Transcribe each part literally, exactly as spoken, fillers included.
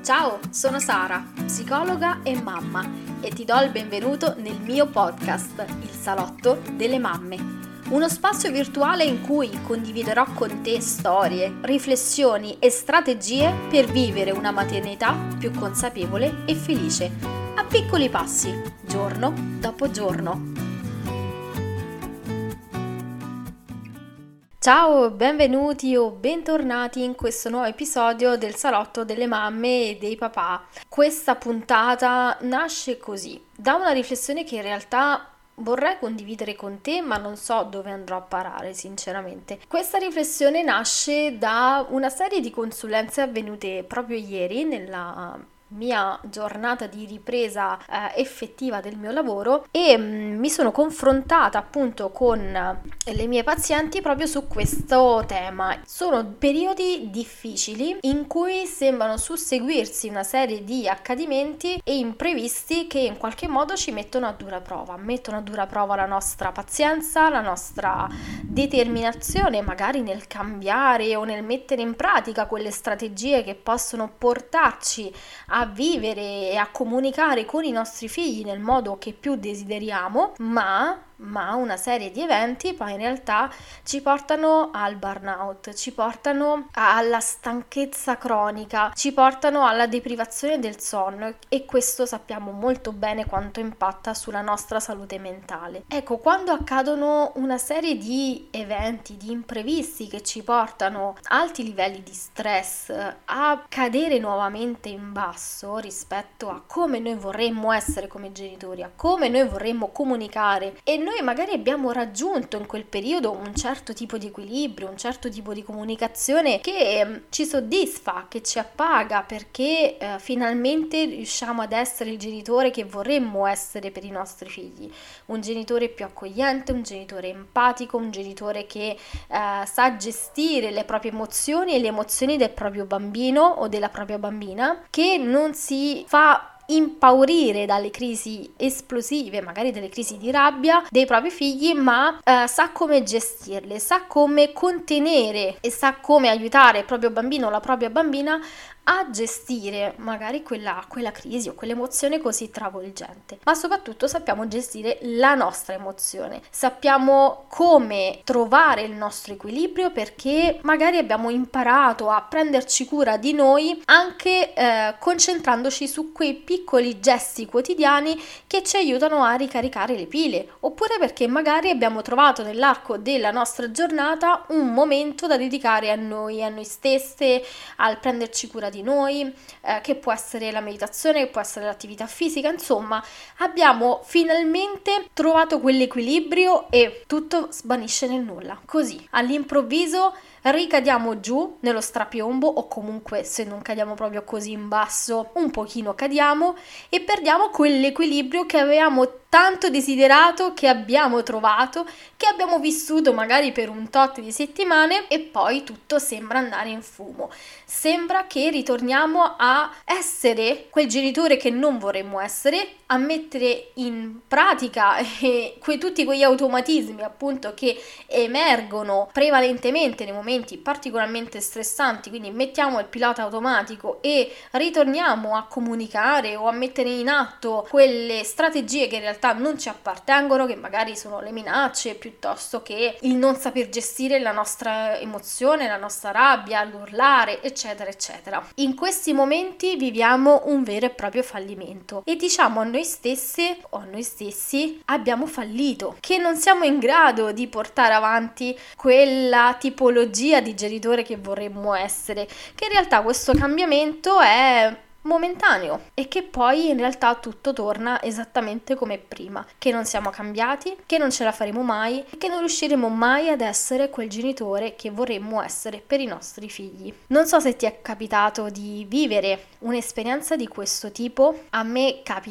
Ciao, sono Sara, psicologa e mamma e ti do il benvenuto nel mio podcast, Il Salotto delle Mamme. Uno spazio virtuale in cui condividerò con te storie, riflessioni e strategie per vivere una maternità più consapevole e felice, a piccoli passi, giorno dopo giorno. Ciao, benvenuti o bentornati in questo nuovo episodio del Salotto delle Mamme e dei Papà. Questa puntata nasce così, da una riflessione che in realtà vorrei condividere con te, ma non so dove andrò a parare, sinceramente. Questa riflessione nasce da una serie di consulenze avvenute proprio ieri nella mia giornata di ripresa eh, effettiva del mio lavoro e mh, mi sono confrontata appunto con eh, le mie pazienti proprio su questo tema. Sono periodi difficili in cui sembrano susseguirsi una serie di accadimenti e imprevisti che in qualche modo ci mettono a dura prova, mettono a dura prova la nostra pazienza, la nostra determinazione magari nel cambiare o nel mettere in pratica quelle strategie che possono portarci a a vivere e a comunicare con i nostri figli nel modo che più desideriamo, ma ma una serie di eventi poi in realtà ci portano al burnout, ci portano alla stanchezza cronica, ci portano alla deprivazione del sonno e questo sappiamo molto bene quanto impatta sulla nostra salute mentale. Ecco, quando accadono una serie di eventi, di imprevisti che ci portano a alti livelli di stress, a cadere nuovamente in basso rispetto a come noi vorremmo essere come genitori, a come noi vorremmo comunicare e noi magari abbiamo raggiunto in quel periodo un certo tipo di equilibrio, un certo tipo di comunicazione che eh, ci soddisfa, che ci appaga perché eh, finalmente riusciamo ad essere il genitore che vorremmo essere per i nostri figli, un genitore più accogliente, un genitore empatico, un genitore che eh, sa gestire le proprie emozioni e le emozioni del proprio bambino o della propria bambina, che non si fa impaurire dalle crisi esplosive, magari delle crisi di rabbia dei propri figli, ma eh, sa come gestirle, sa come contenere e sa come aiutare il proprio bambino o la propria bambina a gestire magari quella, quella crisi o quell'emozione così travolgente. Ma soprattutto sappiamo gestire la nostra emozione, sappiamo come trovare il nostro equilibrio perché magari abbiamo imparato a prenderci cura di noi anche eh, concentrandoci su quei piccoli gesti quotidiani che ci aiutano a ricaricare le pile, oppure perché magari abbiamo trovato nell'arco della nostra giornata un momento da dedicare a noi, a noi stesse, al prenderci cura di noi, eh, che può essere la meditazione, che può essere l'attività fisica, insomma abbiamo finalmente trovato quell'equilibrio e tutto svanisce nel nulla, così all'improvviso ricadiamo giù nello strapiombo o comunque se non cadiamo proprio così in basso un pochino cadiamo e perdiamo quell'equilibrio che avevamo tanto desiderato, che abbiamo trovato, che abbiamo vissuto magari per un tot di settimane e poi tutto sembra andare in fumo. Sembra che ritorniamo a essere quel genitore che non vorremmo essere, a mettere in pratica eh, que- tutti quegli automatismi appunto che emergono prevalentemente nei momenti particolarmente stressanti, quindi mettiamo il pilota automatico e ritorniamo a comunicare o a mettere in atto quelle strategie che in realtà non ci appartengono, che magari sono le minacce piuttosto che il non saper gestire la nostra emozione, la nostra rabbia, l'urlare, eccetera eccetera. In questi momenti viviamo un vero e proprio fallimento e diciamo a noi stesse o a noi stessi abbiamo fallito, che non siamo in grado di portare avanti quella tipologia di genitore che vorremmo essere, che in realtà questo cambiamento è momentaneo e che poi in realtà tutto torna esattamente come prima, che non siamo cambiati, che non ce la faremo mai e che non riusciremo mai ad essere quel genitore che vorremmo essere per i nostri figli. Non so se ti è capitato di vivere un'esperienza di questo tipo, a me capita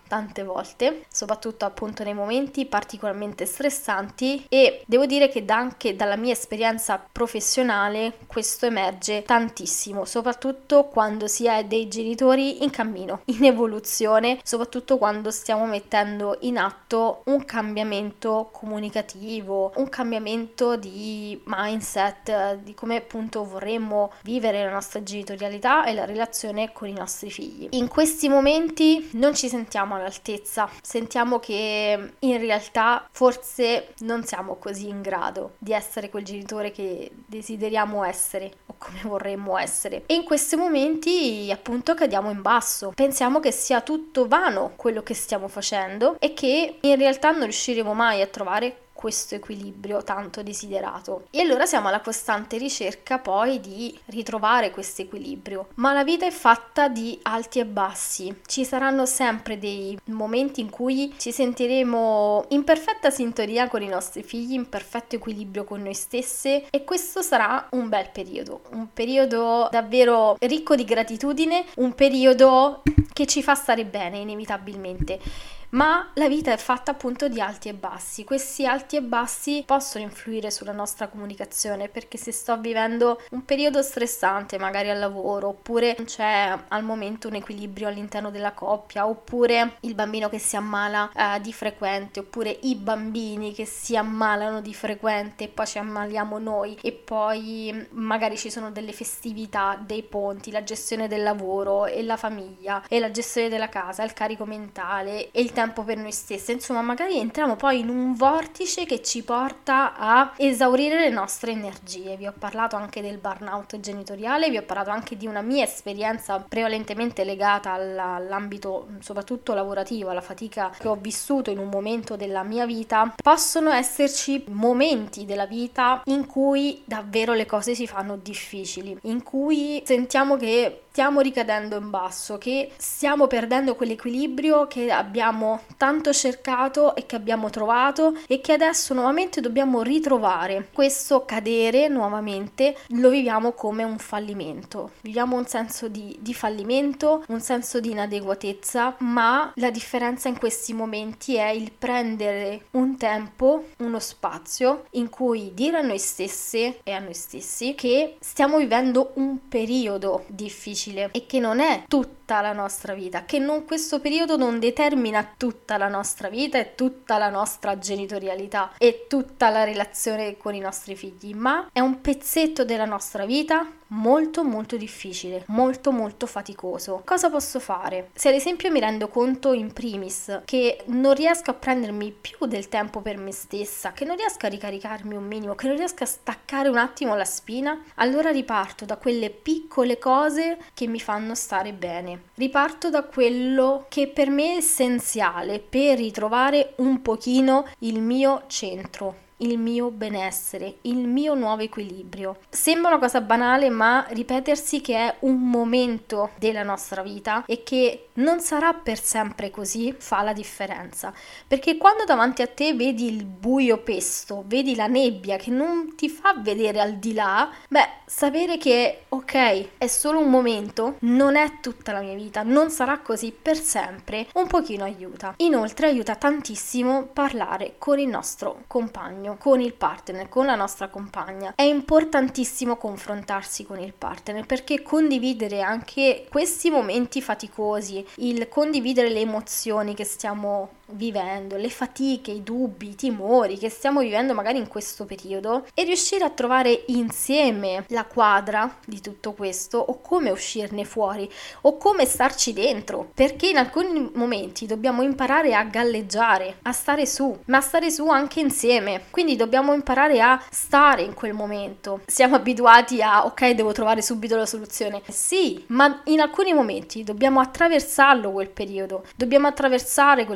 tante volte, soprattutto appunto nei momenti particolarmente stressanti, e devo dire che da anche dalla mia esperienza professionale questo emerge tantissimo, soprattutto quando si è dei genitori in cammino, in evoluzione, soprattutto quando stiamo mettendo in atto un cambiamento comunicativo, un cambiamento di mindset, di come appunto vorremmo vivere la nostra genitorialità e la relazione con i nostri figli. In questi momenti non ci sentiamo all'altezza, sentiamo che in realtà forse non siamo così in grado di essere quel genitore che desideriamo essere o come vorremmo essere, e in questi momenti appunto cadiamo in basso, pensiamo che sia tutto vano quello che stiamo facendo e che in realtà non riusciremo mai a trovare questo equilibrio tanto desiderato. E allora siamo alla costante ricerca poi di ritrovare questo equilibrio. Ma la vita è fatta di alti e bassi. Ci saranno sempre dei momenti in cui ci sentiremo in perfetta sintonia con i nostri figli, in perfetto equilibrio con noi stesse, e questo sarà un bel periodo, un periodo davvero ricco di gratitudine, un periodo che ci fa stare bene inevitabilmente. Ma la vita è fatta appunto di alti e bassi. Questi alti e bassi possono influire sulla nostra comunicazione, perché se sto vivendo un periodo stressante, magari al lavoro, oppure non c'è al momento un equilibrio all'interno della coppia, oppure il bambino che si ammala eh, di frequente, oppure i bambini che si ammalano di frequente e poi ci ammaliamo noi, e poi magari ci sono delle festività, dei ponti, la gestione del lavoro e la famiglia e la gestione della casa, il carico mentale e il tempo per noi stessi, insomma magari entriamo poi in un vortice che ci porta a esaurire le nostre energie. Vi ho parlato anche del burnout genitoriale, vi ho parlato anche di una mia esperienza prevalentemente legata alla, all'ambito soprattutto lavorativo, alla fatica che ho vissuto in un momento della mia vita. Possono esserci momenti della vita in cui davvero le cose si fanno difficili, in cui sentiamo che stiamo ricadendo in basso, che stiamo perdendo quell'equilibrio che abbiamo tanto cercato e che abbiamo trovato e che adesso nuovamente dobbiamo ritrovare. Questo cadere nuovamente lo viviamo come un fallimento, viviamo un senso di, di fallimento, un senso di inadeguatezza, ma la differenza in questi momenti è il prendere un tempo, uno spazio in cui dire a noi stesse e a noi stessi che stiamo vivendo un periodo difficile e che non è tutta la nostra vita, che non, questo periodo non determina tutta la nostra vita e tutta la nostra genitorialità e tutta la relazione con i nostri figli, ma è un pezzetto della nostra vita molto molto difficile, molto molto faticoso. Cosa posso fare? Se ad esempio mi rendo conto in primis che non riesco a prendermi più del tempo per me stessa, che non riesco a ricaricarmi un minimo, che non riesco a staccare un attimo la spina, allora riparto da quelle piccole cose che mi fanno stare bene. Riparto da quello che per me è essenziale per ritrovare un pochino il mio centro, il mio benessere, il mio nuovo equilibrio. Sembra una cosa banale, ma ripetersi che è un momento della nostra vita e che non sarà per sempre così fa la differenza, perché quando davanti a te vedi il buio pesto, vedi la nebbia che non ti fa vedere al di là, beh, sapere che ok, è solo un momento, non è tutta la mia vita, non sarà così per sempre, un pochino aiuta. Inoltre aiuta tantissimo parlare con il nostro compagno, con il partner, con la nostra compagna. È importantissimo confrontarsi con il partner, perché condividere anche questi momenti faticosi, il condividere le emozioni che stiamo vivendo, le fatiche, i dubbi, i timori che stiamo vivendo magari in questo periodo, e riuscire a trovare insieme la quadra di tutto questo, o come uscirne fuori, o come starci dentro, perché in alcuni momenti dobbiamo imparare a galleggiare, a stare su, ma a stare su anche insieme, quindi dobbiamo imparare a stare in quel momento. Siamo abituati a ok, devo trovare subito la soluzione, sì, ma in alcuni momenti dobbiamo attraversarlo quel periodo, dobbiamo attraversare quelle difficoltà,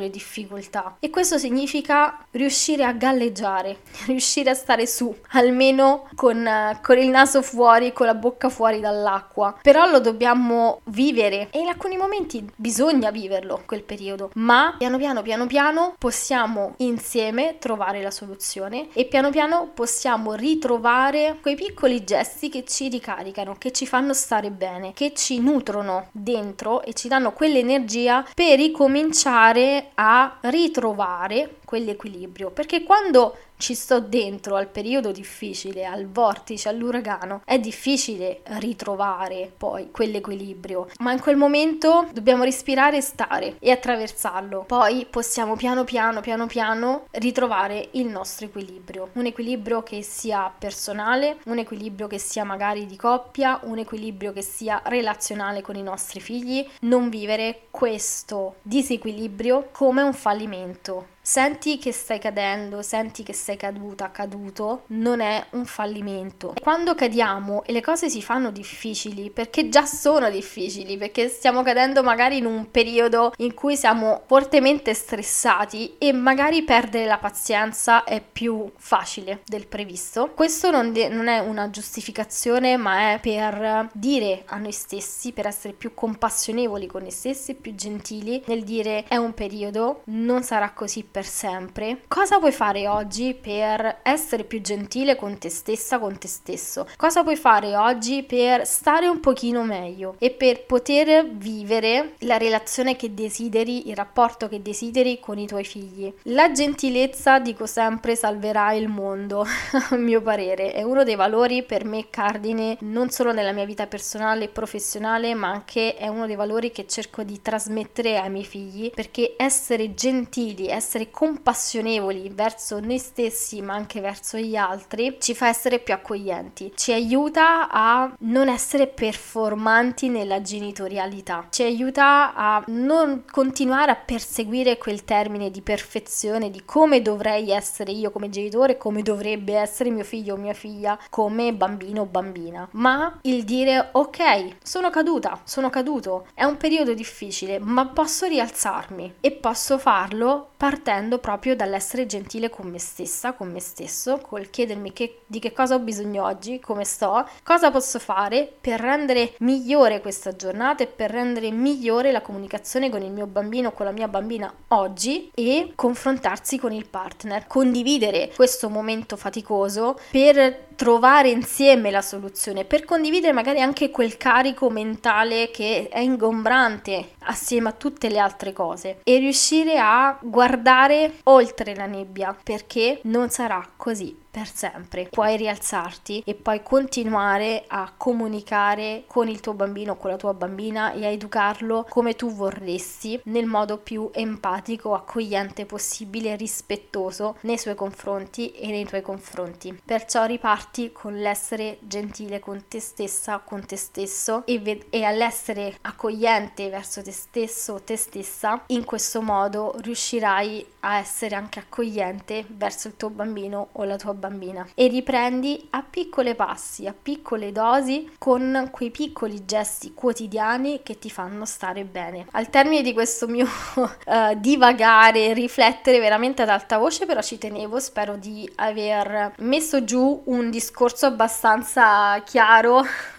difficoltà, e questo significa riuscire a galleggiare, riuscire a stare su, almeno con, con il naso fuori, con la bocca fuori dall'acqua. Però lo dobbiamo vivere e in alcuni momenti bisogna viverlo quel periodo, ma piano piano piano piano possiamo insieme trovare la soluzione e piano piano possiamo ritrovare quei piccoli gesti che ci ricaricano, che ci fanno stare bene, che ci nutrono dentro e ci danno quell'energia per ricominciare a ritrovare quell'equilibrio, perché quando ci sto dentro al periodo difficile, al vortice, all'uragano, è difficile ritrovare poi quell'equilibrio, ma in quel momento dobbiamo respirare e stare e attraversarlo. Poi possiamo piano piano piano piano ritrovare il nostro equilibrio, un equilibrio che sia personale, un equilibrio che sia magari di coppia, un equilibrio che sia relazionale con i nostri figli. Non vivere questo disequilibrio come un fallimento. Senti che stai cadendo, senti che sei caduta, caduto, non è un fallimento. Quando cadiamo e le cose si fanno difficili, perché già sono difficili, perché stiamo cadendo magari in un periodo in cui siamo fortemente stressati e magari perdere la pazienza è più facile del previsto. Questo non, de- non è una giustificazione, ma è per dire a noi stessi, per essere più compassionevoli con noi stessi, più gentili nel dire è un periodo, non sarà così per sempre. Cosa puoi fare oggi per essere più gentile con te stessa, con te stesso? Cosa puoi fare oggi per stare un pochino meglio e per poter vivere la relazione che desideri, il rapporto che desideri con i tuoi figli? La gentilezza, dico sempre, salverà il mondo, a mio parere. È uno dei valori per me cardine, non solo nella mia vita personale e professionale, ma anche è uno dei valori che cerco di trasmettere ai miei figli, perché essere gentili, essere compassionevoli verso noi stessi ma anche verso gli altri ci fa essere più accoglienti, ci aiuta a non essere performanti nella genitorialità, ci aiuta a non continuare a perseguire quel termine di perfezione di come dovrei essere io come genitore, come dovrebbe essere mio figlio o mia figlia come bambino o bambina, ma il dire ok, sono caduta, sono caduto, è un periodo difficile, ma posso rialzarmi e posso farlo partendo proprio dall'essere gentile con me stessa, con me stesso, col chiedermi che, di che cosa ho bisogno oggi, come sto, cosa posso fare per rendere migliore questa giornata e per rendere migliore la comunicazione con il mio bambino o con la mia bambina oggi, e confrontarsi con il partner, condividere questo momento faticoso per trovare insieme la soluzione, per condividere magari anche quel carico mentale che è ingombrante assieme a tutte le altre cose e riuscire a guardare oltre la nebbia, perché non sarà così per sempre. Puoi rialzarti e puoi continuare a comunicare con il tuo bambino o con la tua bambina e a educarlo come tu vorresti, nel modo più empatico, accogliente possibile, rispettoso nei suoi confronti e nei tuoi confronti. Perciò riparti con l'essere gentile con te stessa, con te stesso e, ve- e all'essere accogliente verso te stesso o te stessa. In questo modo riuscirai a essere anche accogliente verso il tuo bambino o la tua bambina. bambina e riprendi a piccole passi, a piccole dosi, con quei piccoli gesti quotidiani che ti fanno stare bene. Al termine di questo mio uh, divagare, riflettere veramente ad alta voce, però ci tenevo, spero di aver messo giù un discorso abbastanza chiaro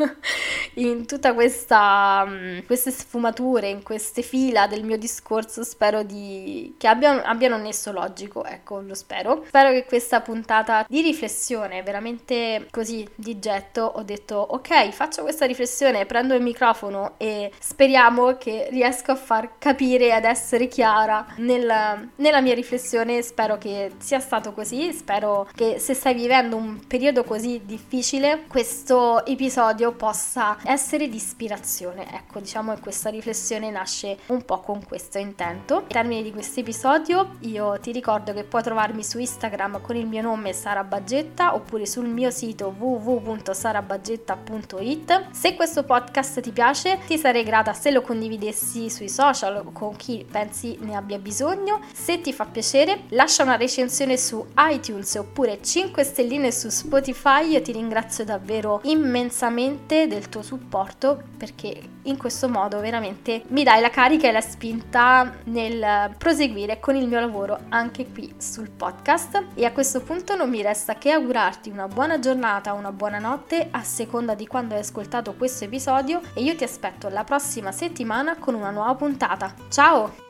in tutta questa um, queste sfumature, in queste fila del mio discorso. Spero di che abbiano, abbiano un nesso logico, ecco, lo spero. Spero che questa puntata di riflessione, veramente così di getto, ho detto ok, faccio questa riflessione, prendo il microfono e speriamo che riesco a far capire, ad essere chiara nel, nella mia riflessione. Spero che sia stato così, spero che se stai vivendo un periodo così difficile questo episodio possa essere di ispirazione. Ecco, diciamo che questa riflessione nasce un po' con questo intento. Al termine di questo episodio io ti ricordo che puoi trovarmi su Instagram con il mio nome Sara Baggetta oppure sul mio sito w w w punto sarabaggetta punto it. Se questo podcast ti piace, ti sarei grata se lo condividessi sui social con chi pensi ne abbia bisogno. Se ti fa piacere, lascia una recensione su iTunes oppure cinque stelline su Spotify. Io ti ringrazio davvero immensamente del tuo supporto, perché in questo modo veramente mi dai la carica e la spinta nel proseguire con il mio lavoro anche qui sul podcast. E a questo punto non mi resta che augurarti una buona giornata o una buona notte a seconda di quando hai ascoltato questo episodio, e io ti aspetto la prossima settimana con una nuova puntata. Ciao!